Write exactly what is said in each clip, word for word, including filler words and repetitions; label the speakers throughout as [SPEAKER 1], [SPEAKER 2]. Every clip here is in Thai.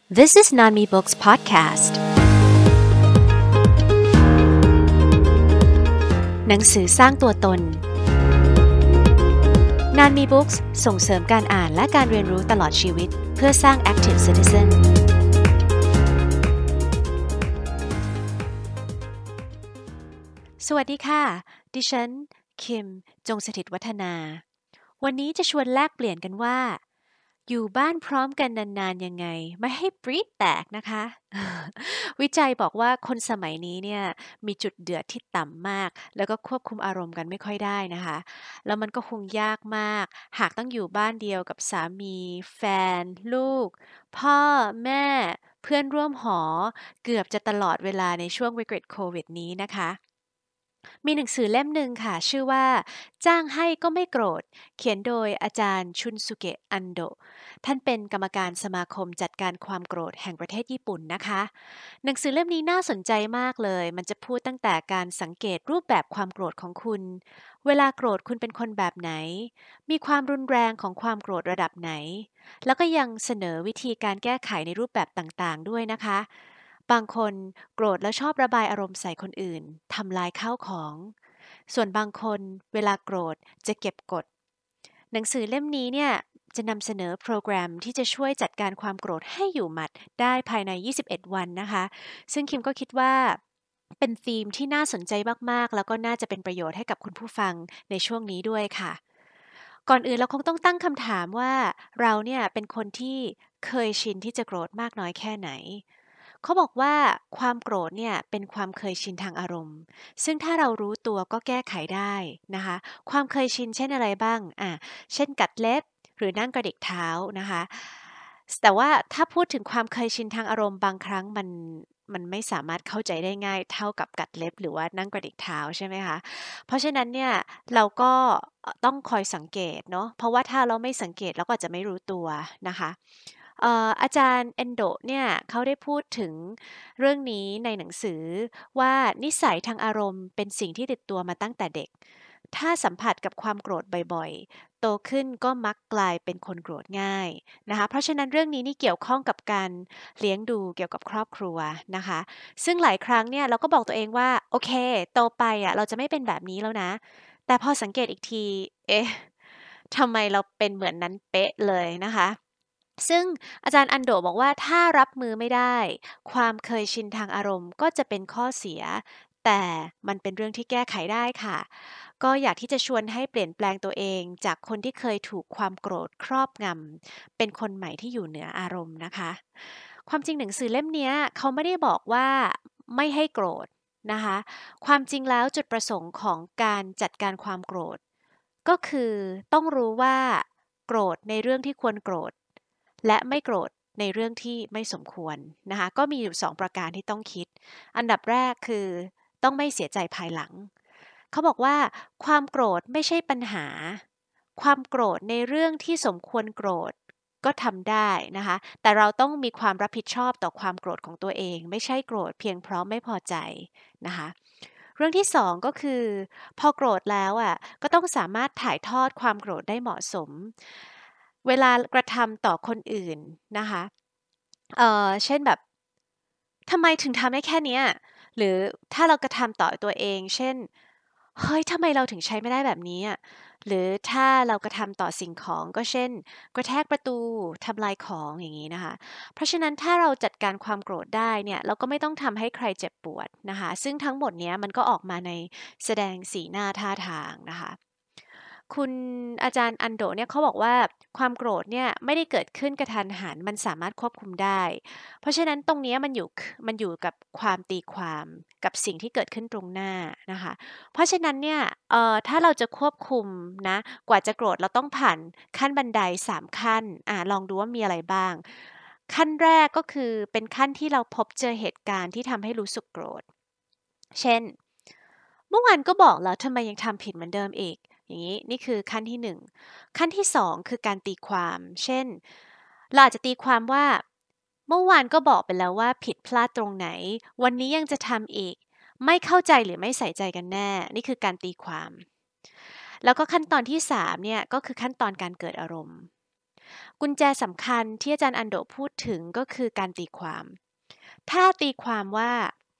[SPEAKER 1] This is Nanmi Books Podcast หนังสือสร้างตัวตน Nanmi Books ส่งเสริมการอ่านและการเรียนรู้ตลอดชีวิตเพื่อสร้าง Active Citizen สวัสดีค่ะดิฉันคิมจงสถิตวัฒนาวันนี้จะชวนแลกเปลี่ยนกันว่าอยู่บ้านพร้อมกันนานๆยังไงไม่ให้ปรี๊ดแตกนะคะ วิจัยบอกว่าคนสมัยนี้เนี่ยมีจุดเดือดที่ต่ำมากแล้วก็ควบคุมอารมณ์กันไม่ค่อยได้นะคะแล้วมันก็คงยากมากหากต้องอยู่บ้านเดียวกับสามีแฟนลูกพ่อแม่เพื่อนร่วมหอเกือบจะตลอดเวลาในช่วงวิกฤตโควิดนี้นะคะมีหนังสือเล่มหนึ่งค่ะชื่อว่าจ้างให้ก็ไม่โกรธเขียนโดยอาจารย์ชุนสุเกะอันโดะท่านเป็นกรรมการสมาคมจัดการความโกรธแห่งประเทศญี่ปุ่นนะคะหนังสือเล่มนี้น่าสนใจมากเลยมันจะพูดตั้งแต่การสังเกตรูปแบบความโกรธของคุณเวลาโกรธคุณเป็นคนแบบไหนมีความรุนแรงของความโกรธระดับไหนแล้วก็ยังเสนอวิธีการแก้ไขในรูปแบบต่างๆด้วยนะคะบางคนโกรธแล้วชอบระบายอารมณ์ใส่คนอื่นทำลายข้าวของส่วนบางคนเวลาโกรธจะเก็บกดหนังสือเล่มนี้เนี่ยจะนำเสนอโปรแกรมที่จะช่วยจัดการความโกรธให้อยู่หมัดได้ภายในยี่สิบเอ็ดวันนะคะซึ่งคิมก็คิดว่าเป็นธีมที่น่าสนใจมากๆแล้วก็น่าจะเป็นประโยชน์ให้กับคุณผู้ฟังในช่วงนี้ด้วยค่ะก่อนอื่นเราคงต้องตั้งคำถามว่าเราเนี่ยเป็นคนที่เคยชินที่จะโกรธมากน้อยแค่ไหนเขาบอกว่าความโกรธเนี่ยเป็นความเคยชินทางอารมณ์ซึ่งถ้าเรารู้ตัวก็แก้ไขได้นะคะความเคยชินเช่นอะไรบ้างอ่ะเช่นกัดเล็บหรือนั่งกระดิกเท้านะคะแต่ว่าถ้าพูดถึงความเคยชินทางอารมณ์บางครั้งมันมันไม่สามารถเข้าใจได้ง่ายเท่ากับกัดเล็บหรือว่านั่งกระดิกเท้าใช่ไหมคะเพราะฉะนั้นเนี่ยเราก็ต้องคอยสังเกตเนาะเพราะว่าถ้าเราไม่สังเกตเราก็อาจจะไม่รู้ตัวนะคะเอ่ออาจารย์เอนโดเนี่ยเขาได้พูดถึงเรื่องนี้ในหนังสือว่านิสัยทางอารมณ์เป็นสิ่งที่ติดตัวมาตั้งแต่เด็กถ้าสัมผัสกับความโกรธบ่อยๆโตขึ้นก็มักกลายเป็นคนโกรธง่ายนะคะเพราะฉะนั้นเรื่องนี้นี่เกี่ยวข้องกับการเลี้ยงดูเกี่ยวกับครอบครัวนะคะซึ่งหลายครั้งเนี่ยเราก็บอกตัวเองว่าโอเคโตไปอ่ะเราจะไม่เป็นแบบนี้แล้วนะแต่พอสังเกตอีกทีเอ๊ะทำไมเราเป็นเหมือนนั้นเป๊ะเลยนะคะซึ่งอาจารย์อันโดบอกว่าถ้ารับมือไม่ได้ความเคยชินทางอารมณ์ก็จะเป็นข้อเสียแต่มันเป็นเรื่องที่แก้ไขได้ค่ะก็อยากที่จะชวนให้เปลี่ยนแปลงตัวเองจากคนที่เคยถูกความโกรธครอบงำเป็นคนใหม่ที่อยู่เหนืออารมณ์นะคะความจริงหนังสือเล่มนี้เขาไม่ได้บอกว่าไม่ให้โกรธนะคะความจริงแล้วจุดประสงค์ของการจัดการความโกรธก็คือต้องรู้ว่าโกรธในเรื่องที่ควรโกรธและไม่โกรธในเรื่องที่ไม่สมควรนะคะก็มีอยู่สองประการที่ต้องคิดอันดับแรกคือต้องไม่เสียใจภายหลังเขาบอกว่าความโกรธไม่ใช่ปัญหาความโกรธในเรื่องที่สมควรโกรธก็ทำได้นะคะแต่เราต้องมีความรับผิดชอบต่อความโกรธของตัวเองไม่ใช่โกรธเพียงเพราะไม่พอใจนะคะเรื่องที่สองก็คือพอโกรธแล้วอ่ะก็ต้องสามารถถ่ายทอดความโกรธได้เหมาะสมเวลากระทำต่อคนอื่นนะคะเอ่อเช่นแบบทำไมถึงทำได้แค่เนี้ยหรือถ้าเรากระทำต่อตัวเองเช่นเฮ้ยทำไมเราถึงใช้ไม่ได้แบบนี้อะหรือถ้าเรากระทำต่อสิ่งของก็เช่นกระแทกประตูทำลายของอย่างนี้นะคะเพราะฉะนั้นถ้าเราจัดการความโกรธได้เนี่ยเราก็ไม่ต้องทำให้ใครเจ็บปวดนะคะซึ่งทั้งหมดเนี้ยมันก็ออกมาในแสดงสีหน้าท่าทางนะคะคุณอาจารย์อันโดเนี่ยเขาบอกว่าความโกรธเนี่ยไม่ได้เกิดขึ้นกระทันหันมันสามารถควบคุมได้เพราะฉะนั้นตรงเนี้ยมันอยู่มันอยู่กับความตีความกับสิ่งที่เกิดขึ้นตรงหน้านะคะเพราะฉะนั้นเนี่ยเอ่อถ้าเราจะควบคุมนะกว่าจะโกรธเราต้องผ่านขั้นบันไดสามขั้นอ่าลองดูว่ามีอะไรบ้างขั้นแรกก็คือเป็นขั้นที่เราพบเจอเหตุการณ์ที่ทำให้รู้สึกโกรธเช่นเมื่อวานก็บอกแล้วทำไมยังทำผิดเหมือนเดิมอีกอย่างนี้นี่คือขั้นที่หนึ่งขั้นที่สองคือการตีความเช่นเราอาจจะตีความว่าเมื่อวานก็บอกไปแล้วว่าผิดพลาดตรงไหนวันนี้ยังจะทำอีกไม่เข้าใจหรือไม่ใส่ใจกันแน่นี่คือการตีความแล้วก็ขั้นตอนที่สามเนี่ยก็คือขั้นตอนการเกิดอารมณ์กุญแจสำคัญที่อาจารย์อันโดพูดถึงก็คือการตีความถ้าตีความว่า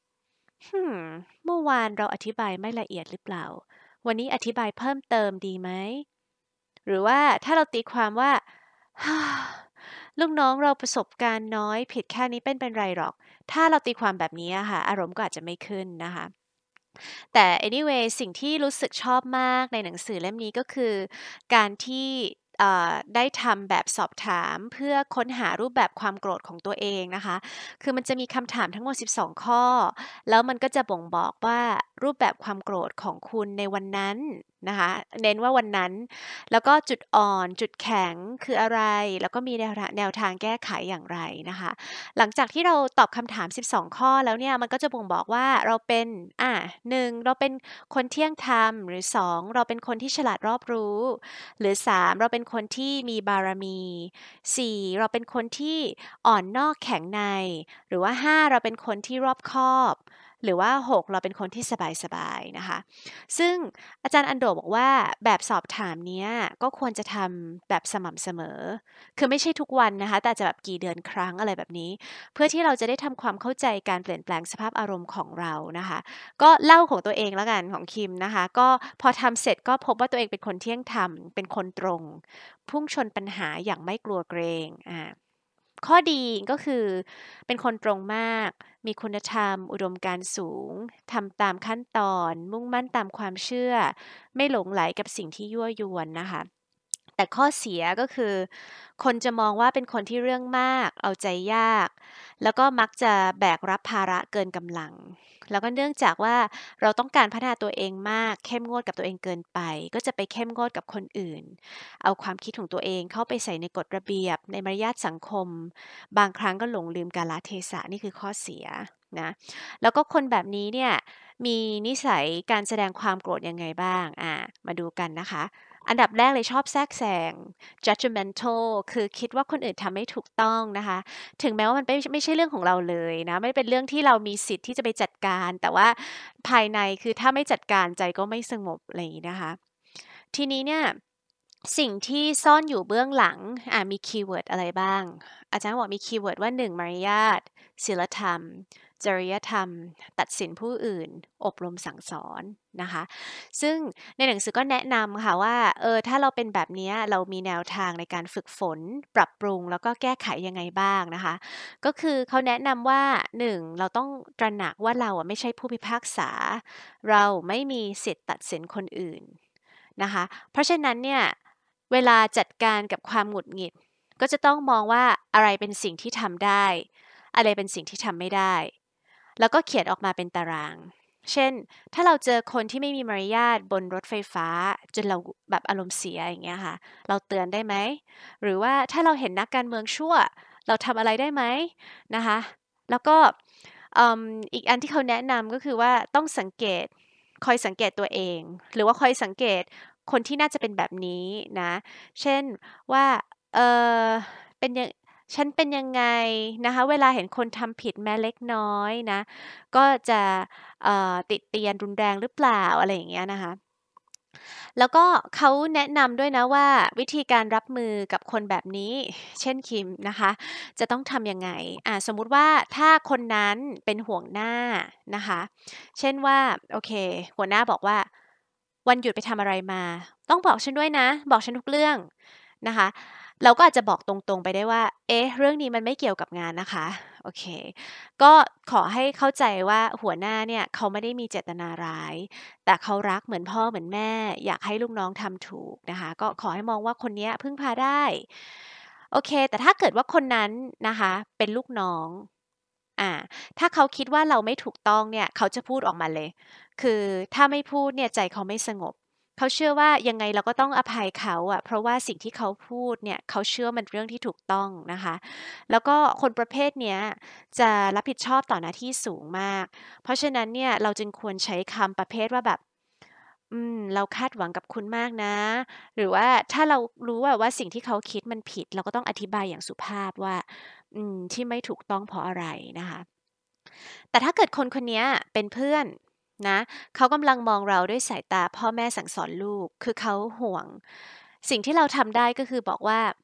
[SPEAKER 1] hmm, เมื่อวานเราอธิบายไม่ละเอียดหรือเปล่าวันนี้อธิบายเพิ่มเติมดีไหมหรือว่าถ้าเราตีความว่า ลูกน้องเราประสบการณ์น้อยผิดแค่นี้เป็นเป็นไรหรอกถ้าเราตีความแบบนี้ค่ะอารมณ์ก็อาจจะไม่ขึ้นนะคะแต่ anyway สิ่งที่รู้สึกชอบมากในหนังสือเล่มนี้ก็คือการที่ได้ทำแบบสอบถามเพื่อค้นหารูปแบบความโกรธของตัวเองนะคะคือมันจะมีคำถามทั้งหมดสิบสองข้อแล้วมันก็จะบ่งบอกว่ารูปแบบความโกรธของคุณในวันนั้นนะคะเน้นว่าวันนั้นแล้วก็จุดอ่อนจุดแข็งคืออะไรแล้วก็มีแนวแนวทางแก้ไขอย่างไรนะคะหลังจากที่เราตอบคำถามสิบสองข้อแล้วเนี่ยมันก็จะบ่งบอกว่าเราเป็นอ่ะหนึ่งเราเป็นคนเที่ยงธรรมหรือสองเราเป็นคนที่ฉลาดรอบรู้หรือสามเราเป็นคนที่มีบารมีสี่เราเป็นคนที่อ่อนนอกแข็งในหรือว่าห้าเราเป็นคนที่รอบคอบหรือว่าหกเราเป็นคนที่สบายๆนะคะซึ่งอาจารย์อันโดบอกว่าแบบสอบถามเนี้ยก็ควรจะทำแบบสม่ำเสมอคือไม่ใช่ทุกวันนะคะแต่จะแบบกี่เดือนครั้งอะไรแบบนี้เพื่อที่เราจะได้ทำความเข้าใจการเปลี่ยนแปลงสภาพอารมณ์ของเรานะคะก็เล่าของตัวเองแล้วกันของคิมนะคะก็พอทำเสร็จก็พบว่าตัวเองเป็นคนเที่ยงธรรมเป็นคนตรงพุ่งชนปัญหาอย่างไม่กลัวเกรงอ่าข้อดีก็คือเป็นคนตรงมากมีคุณธรรมอุดมการณ์สูงทำตามขั้นตอนมุ่งมั่นตามความเชื่อไม่หลงไหลกับสิ่งที่ยั่วยวนนะคะแต่ข้อเสียก็คือคนจะมองว่าเป็นคนที่เรื่องมากเอาใจยากแล้วก็มักจะแบกรับภาระเกินกำลังแล้วก็เนื่องจากว่าเราต้องการพัฒนาตัวเองมากเข้มงวดกับตัวเองเกินไปก็จะไปเข้มงวดกับคนอื่นเอาความคิดของตัวเองเข้าไปใส่ในกฎระเบียบในมารยาทสังคมบางครั้งก็หลงลืมกาลเทศะนี่คือข้อเสียนะแล้วก็คนแบบนี้เนี่ยมีนิสัยการแสดงความโกรธยังไงบ้างอ่ามาดูกันนะคะอันดับแรกเลยชอบแทรกแซง judgmental คือคิดว่าคนอื่นทำไม่ถูกต้องนะคะถึงแม้ว่ามันไม่ไม่ใช่เรื่องของเราเลยนะไม่เป็นเรื่องที่เรามีสิทธิ์ที่จะไปจัดการแต่ว่าภายในคือถ้าไม่จัดการใจก็ไม่สงบอะไรอย่างนี้นะคะทีนี้เนี่ยสิ่งที่ซ่อนอยู่เบื้องหลังอ่ามีคีย์เวิร์ดอะไรบ้างอาจารย์บอกมีคีย์เวิร์ดว่าหนึ่งมารยาทศีลธรรมจริยธรรมตัดสินผู้อื่นอบรมสั่งสอนนะคะซึ่งในหนังสือก็แนะนำค่ะว่าเออถ้าเราเป็นแบบนี้เรามีแนวทางในการฝึกฝนปรับปรุงแล้วก็แก้ไขยังไงบ้างนะคะก็คือเขาแนะนำว่าหนึ่งเราต้องตระหนักว่าเราไม่ใช่ผู้พิพากษาเราไม่มีสิทธิ์ตัดสินคนอื่นนะคะเพราะฉะนั้นเนี่ยเวลาจัดการกับความหงุดหงิดก็จะต้องมองว่าอะไรเป็นสิ่งที่ทำได้อะไรเป็นสิ่งที่ทำไม่ได้แล้วก็เขียนออกมาเป็นตารางเช่นถ้าเราเจอคนที่ไม่มีมารยาทบนรถไฟฟ้าจนเราแบบอารมณ์เสียอย่างเงี้ยค่ะเราเตือนได้ไหมหรือว่าถ้าเราเห็นนักการเมืองชั่วเราทำอะไรได้ไหมนะคะแล้วก็อีกอันที่เขาแนะนำก็คือว่าต้องสังเกตคอยสังเกตตัวเองหรือว่าคอยสังเกตคนที่น่าจะเป็นแบบนี้นะเช่นว่าเออเป็นยังฉันเป็นยังไงนะคะเวลาเห็นคนทำผิดแม้เล็กน้อยนะก็จะติเตียนรุนแรงหรือเปล่าอะไรอย่างเงี้ยนะคะแล้วก็เขาแนะนำด้วยนะว่าวิธีการรับมือกับคนแบบนี้เช่นคิมนะคะจะต้องทำยังไงอ่าสมมุติว่าถ้าคนนั้นเป็นห่วงหน้านะคะเช่นว่าโอเคหัวหน้าบอกว่าวันหยุดไปทำอะไรมาต้องบอกฉันด้วยนะบอกฉันทุกเรื่องนะคะเราก็อาจจะบอกตรงๆไปได้ว่าเอ๊ะเรื่องนี้มันไม่เกี่ยวกับงานนะคะโอเคก็ขอให้เข้าใจว่าหัวหน้าเนี่ยเขาไม่ได้มีเจตนาร้ายแต่เขารักเหมือนพ่อเหมือนแม่อยากให้ลูกน้องทำถูกนะคะก็ขอให้มองว่าคนนี้พึ่งพาได้โอเคแต่ถ้าเกิดว่าคนนั้นนะคะเป็นลูกน้องอ่าถ้าเขาคิดว่าเราไม่ถูกต้องเนี่ยเขาจะพูดออกมาเลยคือถ้าไม่พูดเนี่ยใจเขาไม่สงบเขาเชื่อว่ายังไงเราก็ต้องอภัยเขาอะเพราะว่าสิ่งที่เขาพูดเนี่ยเขาเชื่อมันเรื่องที่ถูกต้องนะคะแล้วก็คนประเภทเนี้ยจะรับผิดชอบต่อหน้าที่สูงมากเพราะฉะนั้นเนี่ยเราจึงควรใช้คำประเภทว่าแบบอืมเราคาดหวังกับคุณมากนะหรือว่าถ้าเรารู้ว่าว่าสิ่งที่เขาคิดมันผิดเราก็ต้องอธิบายอย่างสุภาพว่าอืมที่ไม่ถูกต้องเพราะอะไรนะคะแต่ถ้าเกิดคนคนนี้เป็นเพื่อนนะเขากำลังมองเราด้วยสายตาพ่อแม่สั่งสอนลูกคือเขาห่วงสิ่งที่เราทำได้ก็คือบอกว่า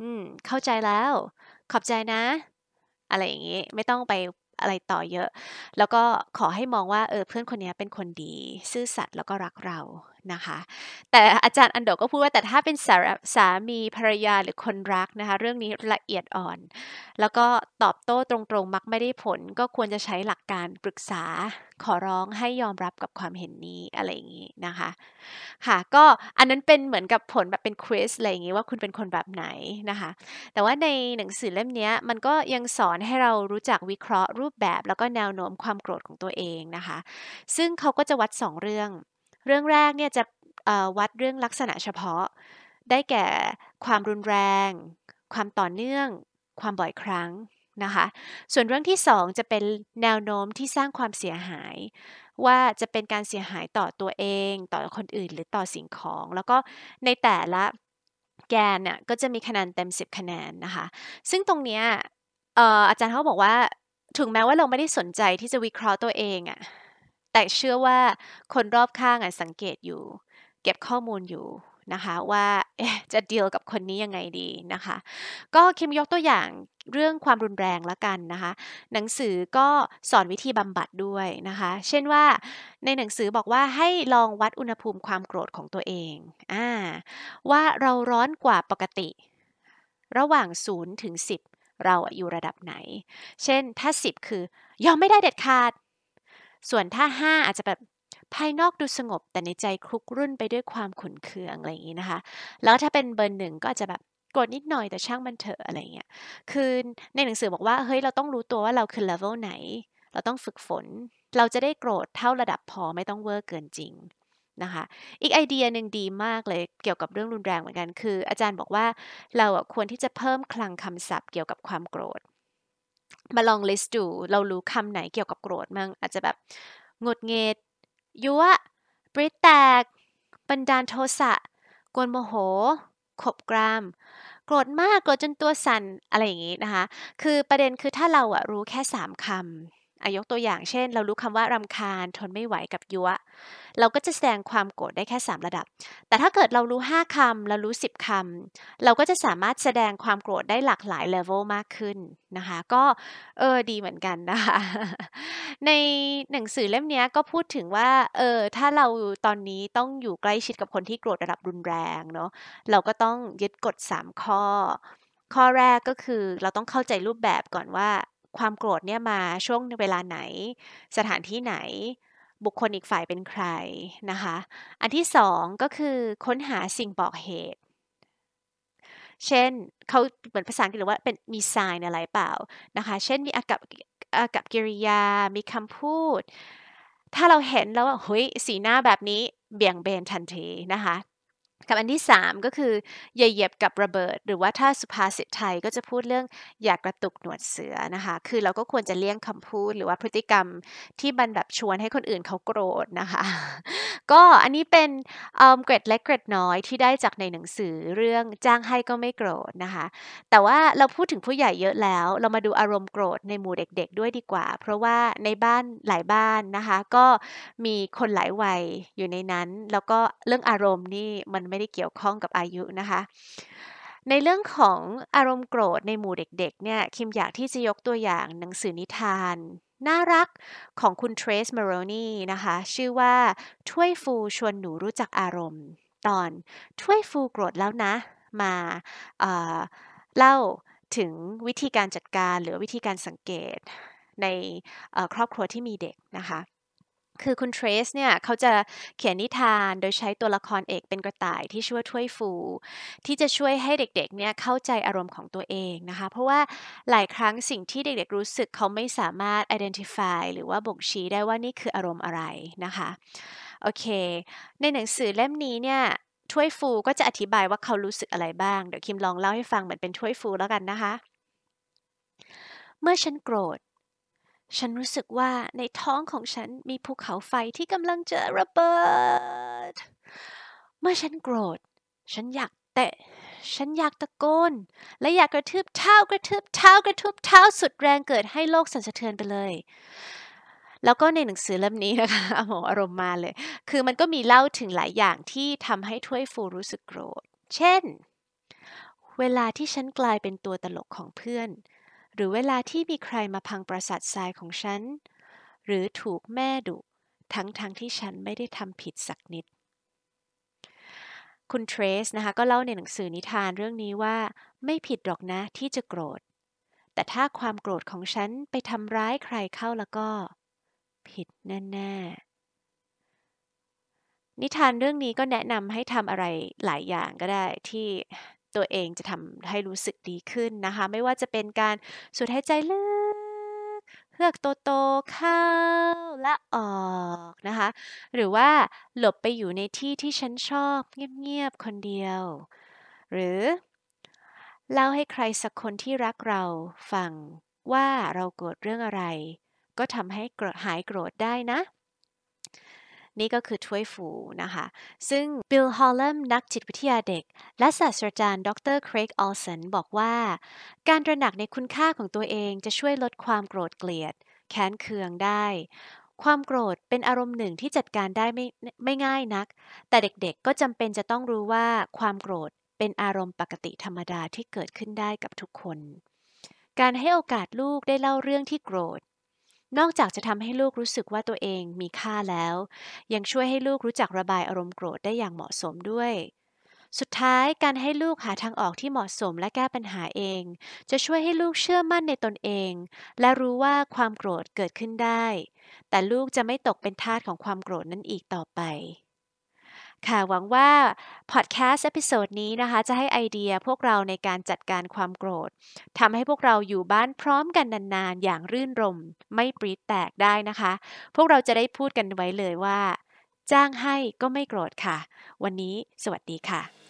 [SPEAKER 1] อืมเข้าใจแล้วขอบใจนะอะไรอย่างงี้ไม่ต้องไปอะไรต่อเยอะแล้วก็ขอให้มองว่าเออเพื่อนคนเนี้ยเป็นคนดีซื่อสัตย์แล้วก็รักเรานะคะแต่อาจารย์อันโดก็พูดว่าแต่ถ้าเป็นสาสามีภรรยาหรือคนรักนะคะเรื่องนี้ละเอียดอ่อนแล้วก็ตอบโต้ตรงๆมักไม่ได้ผลก็ควรจะใช้หลักการปรึกษาขอร้องให้ยอมรับกับความเห็นนี้อะไรอย่างงี้นะคะค่ะก็อันนั้นเป็นเหมือนกับผลแบบเป็นควิซอะไรอย่างงี้ว่าคุณเป็นคนแบบไหนนะคะ แต่ว่าในหนังสือเล่มนี้มันก็ยังสอนให้เรารู้จักวิเคราะห์รูปแบบแล้วก็แนวโน้มความโกรธของตัวเองนะคะซึ่งเขาก็จะวัดสองเรื่องเรื่องแรกเนี่ยจะวัดเรื่องลักษณะเฉพาะได้แก่ความรุนแรงความต่อเนื่องความบ่อยครั้งนะคะส่วนเรื่องที่สองจะเป็นแนวโน้มที่สร้างความเสียหายว่าจะเป็นการเสียหายต่อตัวเองต่อคนอื่นหรือต่อสิ่งของแล้วก็ในแต่ละแกนเนี่ยก็จะมีคะแนนเต็มสิบคะแนนนะคะซึ่งตรงเนี้ยเอ่ออาจารย์เขาบอกว่าถึงแม้ว่าเราไม่ได้สนใจที่จะวิเคราะห์ตัวเองอะแต่เชื่อว่าคนรอบข้างอะสังเกตอยู่เก็บข้อมูลอยู่นะคะว่าเอ๊ะจะดีลกับคนนี้ยังไงดีนะคะก็คิมยกตัวอย่างเรื่องความรุนแรงละกันนะคะหนังสือก็สอนวิธีบำบัดด้วยนะคะเช่นว่าในหนังสือบอกว่าให้ลองวัดอุณหภูมิความโกรธของตัวเองอ่า ว่าเราร้อนกว่าปกติระหว่างศูนย์ถึงสิบเราอยู่ระดับไหนเช่นถ้าสิบคือยอมไม่ได้เด็ดขาดส่วนถ้าห้าอาจจะแบบภายนอกดูสงบแต่ในใจคลุกรุ่นไปด้วยความขุ่นเคืองอะไรอย่างนี้นะคะแล้วถ้าเป็นเบอร์หนึ่งก็อาจจะแบบโกรธนิดหน่อยแต่ช่างมันเถอะอะไรเงี้ยคือในหนังสือบอกว่าเฮ้ยเราต้องรู้ตัวว่าเราคือเลเวลไหนเราต้องฝึกฝนเราจะได้โกรธเท่าระดับพอไม่ต้องเวอร์เกินจริง นะคะอีกไอเดียหนึ่งดีมากเลยเกี่ยวกับเรื่องรุนแรงเหมือนกันคืออาจารย์บอกว่าเราอะควรที่จะเพิ่มคลังคำศัพท์เกี่ยวกับความโกรธมาลอง list ดูเรารู้คำไหนเกี่ยวกับโกรธมั่งอาจจะแบบหงุดหงิดยั่วปริแตกบันดาลโทสะกวนโมโหขบกรามโกรธมากโกรธจนตัวสั่นอะไรอย่างงี้นะคะคือประเด็นคือถ้าเราอะรู้แค่สามคำอายกตัวอย่างเช่นเรารู้คำว่ารำคาญทนไม่ไหวกับยั่ว เราก็จะแสดงความโกรธได้แค่สามระดับ แต่ถ้าเกิดเรารู้ห้าคำเรารู้สิบคำเราก็จะสามารถแสดงความโกรธได้หลากหลายเลเวลมากขึ้นนะคะก็เออดีเหมือนกันนะคะในหนังสือเล่มนี้ก็พูดถึงว่าเออถ้าเราตอนนี้ต้องอยู่ใกล้ชิดกับคนที่โกรธระดับรุนแรงเนาะเราก็ต้องยึดกฎสามข้อข้อแรกก็คือเราต้องเข้าใจรูปแบบก่อนว่าความโกรธเนี่ยมาช่วงเวลาไหนสถานที่ไหน บุคคลอีกฝ่ายเป็นใครนะคะอันที่สองก็คือค้นหาสิ่งบอกเหตุ เช่นเขาเหมือนภาษาอังกฤษหรือว่าเป็นมี sign อะไรเปล่านะคะเช่นมีอากับอากับกิริยา มีคำพูด ถ้าเราเห็นแล้วว่าเฮ้ยสีหน้าแบบนี้เบี่ยงเบนทันทีนะคะกับอันที่สามก็คืออย่าเหยียบกับระเบิดหรือว่าถ้าสุภาษิตไทยก็จะพูดเรื่องอย่ากระตุกหนวดเสือนะคะคือเราก็ควรจะเลี่ยงคำพูดหรือว่าพฤติกรรมที่มันแบบชวนให้คนอื่นเขาโกรธนะคะก็อันนี้เป็นเอ่อเกร็ดเล็กเกร็ดน้อยที่ได้จากในหนังสือเรื่องจ้างให้ก็ไม่โกรธนะคะแต่ว่าเราพูดถึงผู้ใหญ่เยอะแล้วเรามาดูอารมณ์โกรธในหมู่เด็กๆด้วยดีกว่าเพราะว่าในบ้านหลายบ้านนะคะก็มีคนหลายวัยอยู่ในนั้นแล้วก็เรื่องอารมณ์นี่มันไม่ได้เกี่ยวข้องกับอายุนะคะในเรื่องของอารมณ์โกรธในหมู่เด็กๆเนี่ยคิมอยากที่จะยกตัวอย่างหนังสือนิทานน่ารักของคุณเทรซมาโรนีนะคะชื่อว่าถ้วยฟูชวนหนูรู้จักอารมณ์ตอนถ้วยฟูโกรธแล้วนะมาเอ่อเล่าถึงวิธีการจัดการหรือวิธีการสังเกตในเอ่อครอบครัวที่มีเด็กนะคะ คือคุณเทรซเนี่ยเขาจะเขียนนิทานโดยใช้ตัวละครเอกเป็นกระต่ายที่ชื่อว่าถ้วยฟูที่จะช่วยให้เด็กๆเนี่ยเข้าใจอารมณ์ของตัวเองนะคะเพราะว่าหลายครั้งสิ่งที่เด็กๆรู้สึกเขาไม่สามารถ identify หรือว่าบ่งชี้ได้ว่านี่คืออารมณ์อะไรนะคะโอเคในหนังสือเล่มนี้เนี่ยถ้วยฟูก็จะอธิบายว่าเขารู้สึกอะไรบ้างเดี๋ยวคิมลองเล่าให้ฟังเหมือนเป็นถ้วยฟูแล้วกันนะคะเมื่อฉันโกรธ ฉันรู้สึกว่าในท้องของฉันมีภูเขาไฟที่กำลังจะระเบิด เมื่อฉันโกรธ ฉันอยากเตะ ฉันอยากตะโกน และอยากกระทืบเท้ากระทืบเท้ากระทืบเท้าสุดแรงเกิดให้โลกสั่นสะเทือนไปเลย แล้วก็ในหนังสือเล่มนี้นะคะโอ้โหอารมณ์มาเลย คือมันก็มีเล่าถึงหลายอย่างที่ทำให้ถ้วยฟูรู้สึกโกรธ เช่นเวลาที่ฉันกลายเป็นตัวตลกของเพื่อนหรือเวลาที่มีใครมาพังประสาททรายของฉันหรือถูกแม่ดุทั้งๆ ทที่ฉันไม่ได้ทำผิดสักนิดคุณเทรซนะคะก็เล่าในหนังสือนิทานเรื่องนี้ว่าไม่ผิดหรอกนะที่จะโกรธแต่ถ้าความโกรธของฉันไปทำร้ายใครเข้าแล้วก็ผิดแน่ๆนิทานเรื่องนี้ก็แนะนำให้ทำอะไรหลายอย่างก็ได้ที่ตัวเองจะทำให้รู้สึกดีขึ้นนะคะไม่ว่าจะเป็นการสูดหายใจลึกเฮือกโตๆเข้าและออกนะคะหรือว่าหลบไปอยู่ในที่ที่ฉันชอบเงียบๆคนเดียวหรือเล่าให้ใครสักคนที่รักเราฟังว่าเราโกรธเรื่องอะไรก็ทำให้โกรธหายโกรธได้นะ นี่ก็คือถ้วยฟูนะคะซึ่งบิลฮอลลัมนักจิตวิทยาเด็กและศาสตราจารย์ดรเครกออลสันบอกว่าการตระหนักในคุณค่าของตัวเองจะช่วยลดความโกรธเกลียดแค้นเคืองได้ความโกรธเป็นอารมณ์หนึ่งที่จัดการได้ไม่ไม่ง่ายนักแต่เด็กๆก็จำเป็นจะต้องรู้ว่าความโกรธเป็นอารมณ์ปกติธรรมดาที่เกิดขึ้นได้กับทุกคนการให้โอกาสลูกได้เล่าเรื่องที่โกรธนอกจากจะทำให้ลูกรู้สึกว่าตัวเองมีค่าแล้วยังช่วยให้ลูกรู้จักระบายอารมณ์โกรธได้อย่างเหมาะสมด้วยสุดท้ายการให้ลูกหาทางออกที่เหมาะสมและแก้ปัญหาเองจะช่วยให้ลูกเชื่อมั่นในตนเองและรู้ว่าความโกรธเกิดขึ้นได้แต่ลูกจะไม่ตกเป็นทาสของความโกรธนั้นอีกต่อไป ค่ะหวังว่าพอดแคสต์เอพิโซดนี้นะคะจะให้ไอเดียพวกเราในการจัดการความโกรธทำให้พวกเราอยู่บ้านพร้อมกันนานๆอย่างรื่นรมย์ไม่ปรี๊ดแตกได้นะคะพวกเราจะได้พูดกันไว้เลยว่าจ้างให้ก็ไม่โกรธค่ะวันนี้สวัสดีค่ะ